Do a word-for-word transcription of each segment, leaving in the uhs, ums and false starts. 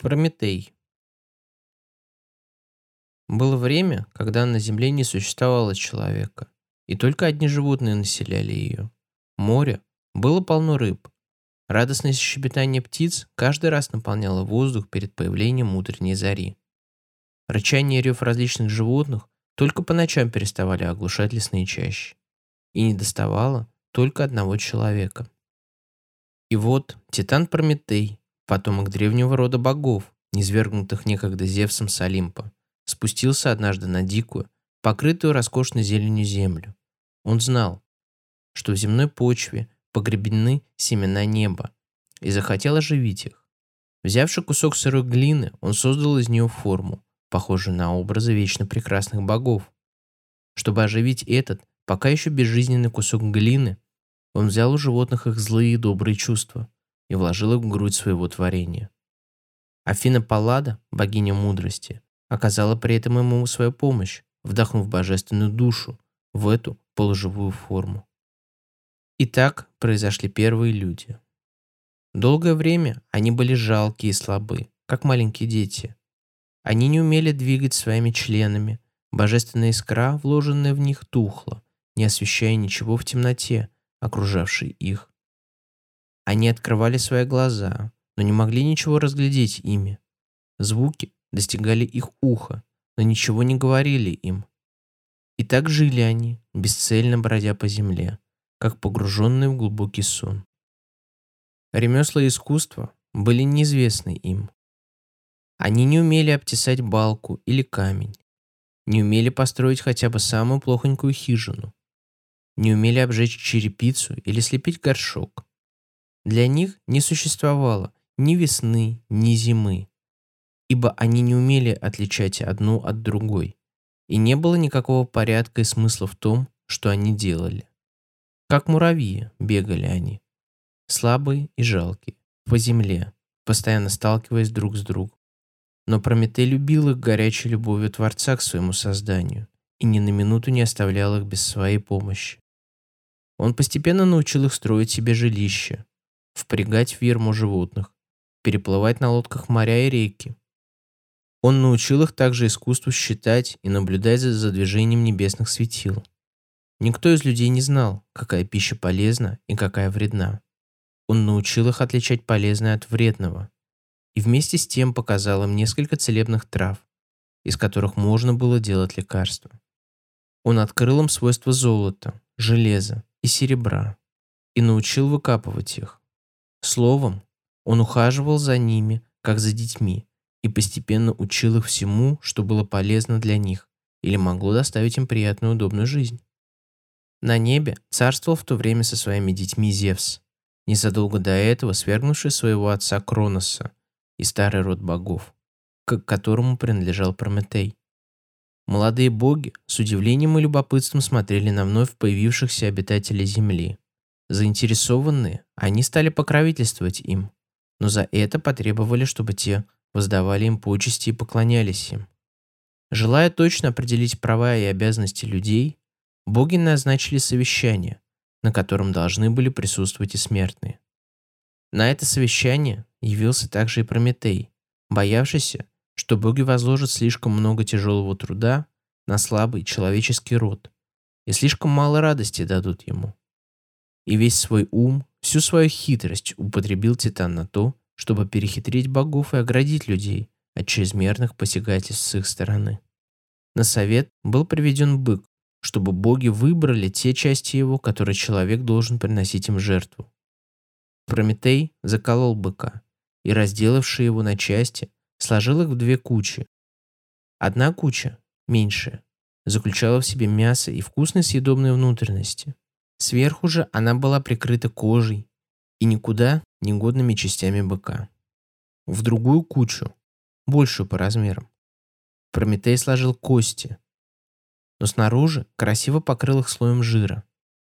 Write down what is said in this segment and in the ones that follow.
Прометей. Было время, когда на Земле не существовало человека, и только одни животные населяли ее. Море было полно рыб. Радостное щебетание птиц каждый раз наполняло воздух перед появлением утренней зари. Рычание и рев различных животных только по ночам переставали оглушать лесные чащи. И не доставало только одного человека. И вот Титан Прометей, потомок древнего рода богов, низвергнутых некогда Зевсом с Олимпа, спустился однажды на дикую, покрытую роскошной зеленью землю. Он знал, что в земной почве погребены семена неба, и захотел оживить их. Взявши кусок сырой глины, он создал из нее форму, похожую на образы вечно прекрасных богов. Чтобы оживить этот, пока еще безжизненный кусок глины, он взял у животных их злые и добрые чувства и вложил их в грудь своего творения. Афина Паллада, богиня мудрости, оказала при этом ему свою помощь, вдохнув божественную душу в эту полуживую форму. И так произошли первые люди. Долгое время они были жалкие и слабы, как маленькие дети. Они не умели двигать своими членами, божественная искра, вложенная в них, тухла, не освещая ничего в темноте, окружавшей их. Они открывали свои глаза, но не могли ничего разглядеть ими. Звуки достигали их уха, но ничего не говорили им. И так жили они, бесцельно бродя по земле, как погруженные в глубокий сон. Ремесла и искусства были неизвестны им. Они не умели обтесать балку или камень, не умели построить хотя бы самую плохонькую хижину, не умели обжечь черепицу или слепить горшок. Для них не существовало ни весны, ни зимы, ибо они не умели отличать одну от другой, и не было никакого порядка и смысла в том, что они делали. Как муравьи бегали они, слабые и жалкие, по земле, постоянно сталкиваясь друг с другом. Но Прометей любил их горячей любовью Творца к своему созданию и ни на минуту не оставлял их без своей помощи. Он постепенно научил их строить себе жилища, впрягать в ярму животных, переплывать на лодках моря и реки. Он научил их также искусству считать и наблюдать за, за движением небесных светил. Никто из людей не знал, какая пища полезна и какая вредна. Он научил их отличать полезное от вредного и вместе с тем показал им несколько целебных трав, из которых можно было делать лекарства. Он открыл им свойства золота, железа и серебра и научил выкапывать их. Словом, он ухаживал за ними, как за детьми, и постепенно учил их всему, что было полезно для них или могло доставить им приятную и удобную жизнь. На небе царствовал в то время со своими детьми Зевс, незадолго до этого свергнувший своего отца Кроноса и старый род богов, к которому принадлежал Прометей. Молодые боги с удивлением и любопытством смотрели на вновь появившихся обитателей Земли. Заинтересованные, они стали покровительствовать им, но за это потребовали, чтобы те воздавали им почести и поклонялись им. Желая точно определить права и обязанности людей, боги назначили совещание, на котором должны были присутствовать и смертные. На это совещание явился также и Прометей, боявшийся, что боги возложат слишком много тяжелого труда на слабый человеческий род и слишком мало радости дадут ему. И весь свой ум, всю свою хитрость употребил Титан на то, чтобы перехитрить богов и оградить людей от чрезмерных посягательств с их стороны. На совет был приведен бык, чтобы боги выбрали те части его, которые человек должен приносить им в жертву. Прометей заколол быка и, разделавший его на части, сложил их в две кучи. Одна куча, меньшая, заключала в себе мясо и вкусные съедобные внутренности. Сверху же она была прикрыта кожей и никуда негодными частями быка. В другую кучу, большую по размерам, Прометей сложил кости, но снаружи красиво покрыл их слоем жира.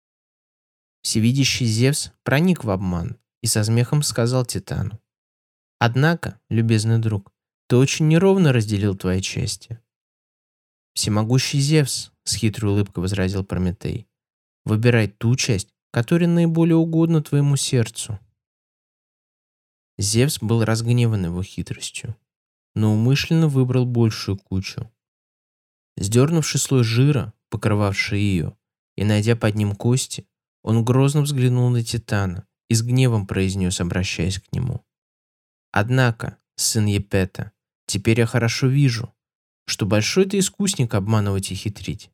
Всевидящий Зевс проник в обман и со смехом сказал Титану: «Однако, любезный друг, ты очень неровно разделил твои части». «Всемогущий Зевс», — с хитрой улыбкой возразил Прометей, — «выбирай ту часть, которая наиболее угодна твоему сердцу». Зевс был разгневан его хитростью но умышленно выбрал большую кучу. Сдернувши слой жира, покрывавший ее, и найдя под ним кости, он грозно взглянул на Титана и с гневом произнес, обращаясь к нему: «Однако, сын Епета, теперь я хорошо вижу, что большой ты искусник обманывать и хитрить».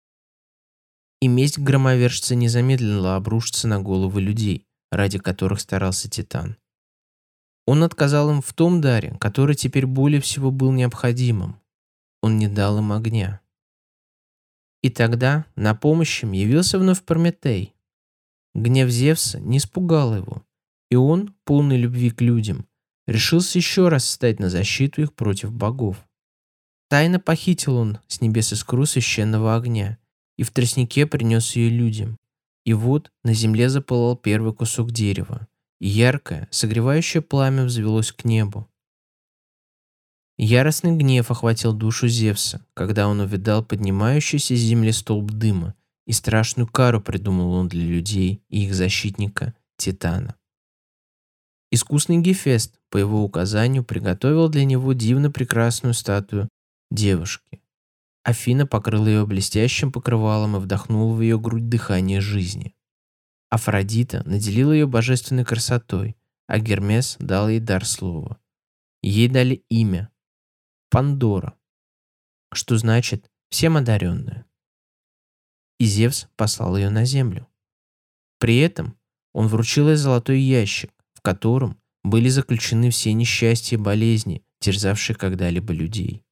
И месть громовержца не замедлила обрушиться на головы людей, ради которых старался Титан. Он отказал им в том даре, который теперь более всего был необходимым. Он не дал им огня. И тогда на помощь им явился вновь Прометей. Гнев Зевса не испугал его, и он, полный любви к людям, решился еще раз встать на защиту их против богов. Тайно похитил он с небес искру священного огня и в тростнике принес ее людям. И вот на земле запылал первый кусок дерева, и яркое, согревающее пламя взвелось к небу. Яростный гнев охватил душу Зевса, когда он увидал поднимающийся с земли столб дыма, и страшную кару придумал он для людей и их защитника Титана. Искусный Гефест, по его указанию, приготовил для него дивно прекрасную статую девушки. Афина покрыла ее блестящим покрывалом и вдохнула в ее грудь дыхание жизни. Афродита наделила ее божественной красотой, а Гермес дал ей дар слова. Ей дали имя Пандора, что значит «всем одаренная». И Зевс послал ее на землю. При этом он вручил ей золотой ящик, в котором были заключены все несчастья и болезни, терзавшие когда-либо людей.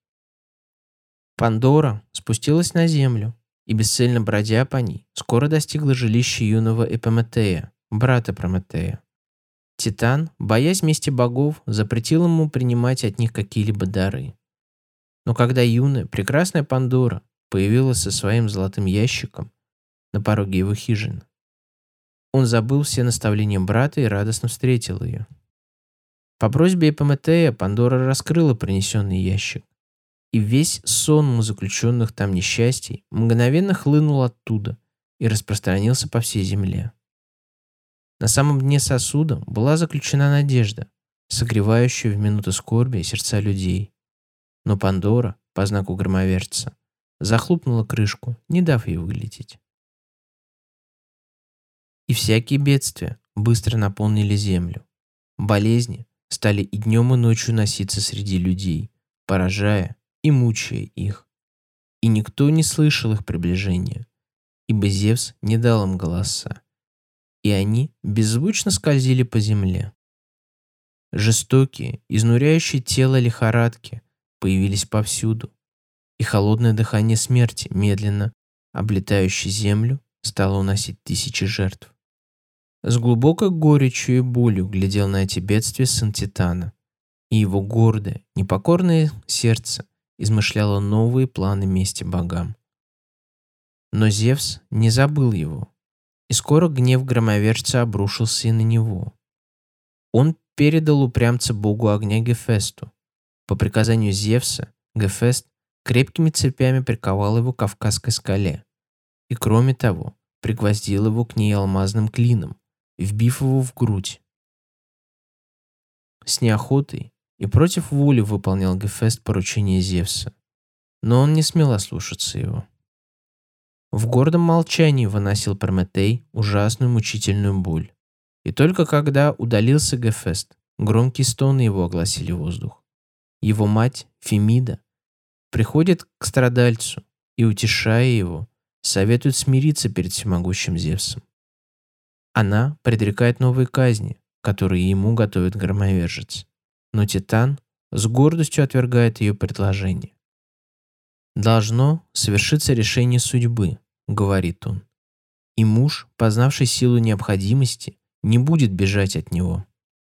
Пандора спустилась на землю и, бесцельно бродя по ней, скоро достигла жилища юного Эпиметея, брата Прометея. Титан, боясь мести богов, запретил ему принимать от них какие-либо дары. Но когда юная, прекрасная Пандора появилась со своим золотым ящиком на пороге его хижины, он забыл все наставления брата и радостно встретил ее. По просьбе Эпиметея Пандора раскрыла принесенный ящик, и весь сон заключенных там несчастий мгновенно хлынул оттуда и распространился по всей земле. На самом дне сосуда была заключена надежда, согревающая в минуты скорби сердца людей. Но Пандора, по знаку громовержца, захлопнула крышку, не дав ей вылететь. И всякие бедствия быстро наполнили землю. Болезни стали и днем, и ночью носиться среди людей, поражая и мучая их. И никто не слышал их приближения, ибо Зевс не дал им голоса, и они беззвучно скользили по земле. Жестокие, изнуряющие тело лихорадки появились повсюду, и холодное дыхание смерти, медленно облетающей землю, стало уносить тысячи жертв. С глубокой горечью и болью глядел на эти бедствия сын Титана, и его гордое, непокорное сердце измышляло новые планы мести богам. Но Зевс не забыл его, и скоро гнев громовержца обрушился и на него. Он передал упрямца богу огня Гефесту. По приказанию Зевса Гефест крепкими цепями приковал его к Кавказской скале и, кроме того, пригвоздил его к ней алмазным клином, вбив его в грудь. С неохотой и против воли выполнял Гефест поручение Зевса, но он не смел ослушаться его. В гордом молчании выносил Прометей ужасную мучительную боль, и только когда удалился Гефест, громкие стоны его огласили воздух. Его мать, Фемида, приходит к страдальцу и, утешая его, советует смириться перед всемогущим Зевсом. Она предрекает новые казни, которые ему готовит громовержец, но Титан с гордостью отвергает ее предложение. «Должно совершиться решение судьбы», — говорит он, «и муж, познавший силу необходимости, не будет бежать от него».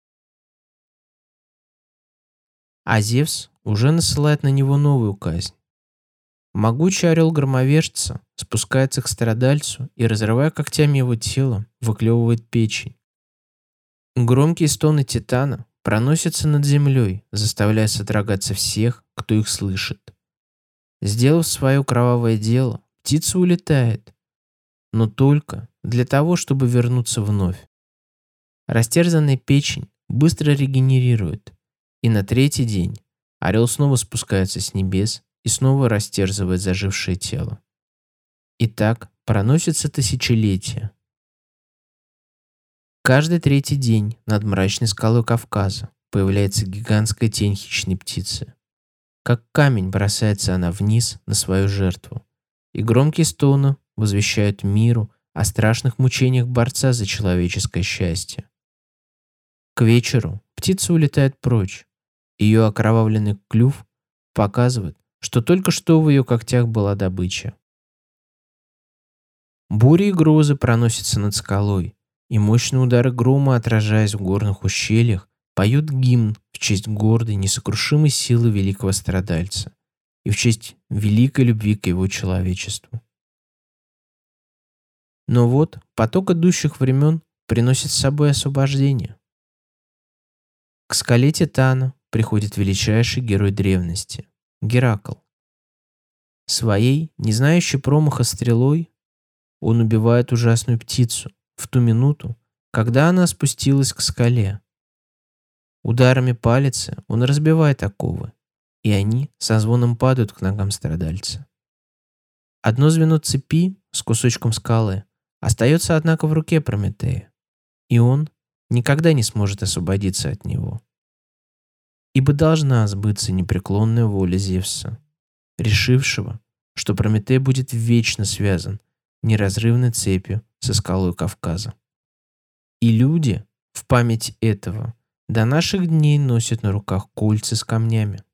А Зевс уже насылает на него новую казнь. Могучий орел громовержца спускается к страдальцу и, разрывая когтями его тело, выклевывает печень. Громкие стоны Титана проносятся над землей, заставляя содрогаться всех, кто их слышит. Сделав свое кровавое дело, птица улетает, но только для того, чтобы вернуться вновь. Растерзанная печень быстро регенерирует, и на третий день Орел снова спускается с небес и снова растерзывает зажившее тело. И так проносится тысячелетия. Каждый третий день над мрачной скалой Кавказа появляется гигантская тень хищной птицы. Как камень бросается она вниз на свою жертву, и громкие стоны возвещают миру о страшных мучениях борца за человеческое счастье. К вечеру птица улетает прочь. Ее окровавленный клюв показывает, что только что в ее когтях была добыча. Бури и грозы проносятся над скалой, и мощные удары грома, отражаясь в горных ущельях, поют гимн в честь гордой, несокрушимой силы великого страдальца и в честь великой любви к его человечеству. Но вот поток идущих времен приносит с собой освобождение. К скале Титана приходит величайший герой древности – Геракл. Своей, не знающей промаха стрелой, он убивает ужасную птицу в ту минуту, когда она спустилась к скале. Ударами палицы он разбивает оковы, и они со звоном падают к ногам страдальца. Одно звено цепи с кусочком скалы остается, однако, в руке Прометея, и он никогда не сможет освободиться от него. Ибо должна сбыться непреклонная воля Зевса, решившего, что Прометей будет вечно связан неразрывной цепью со скалой Кавказа. И люди в память этого до наших дней носят на руках кольца с камнями.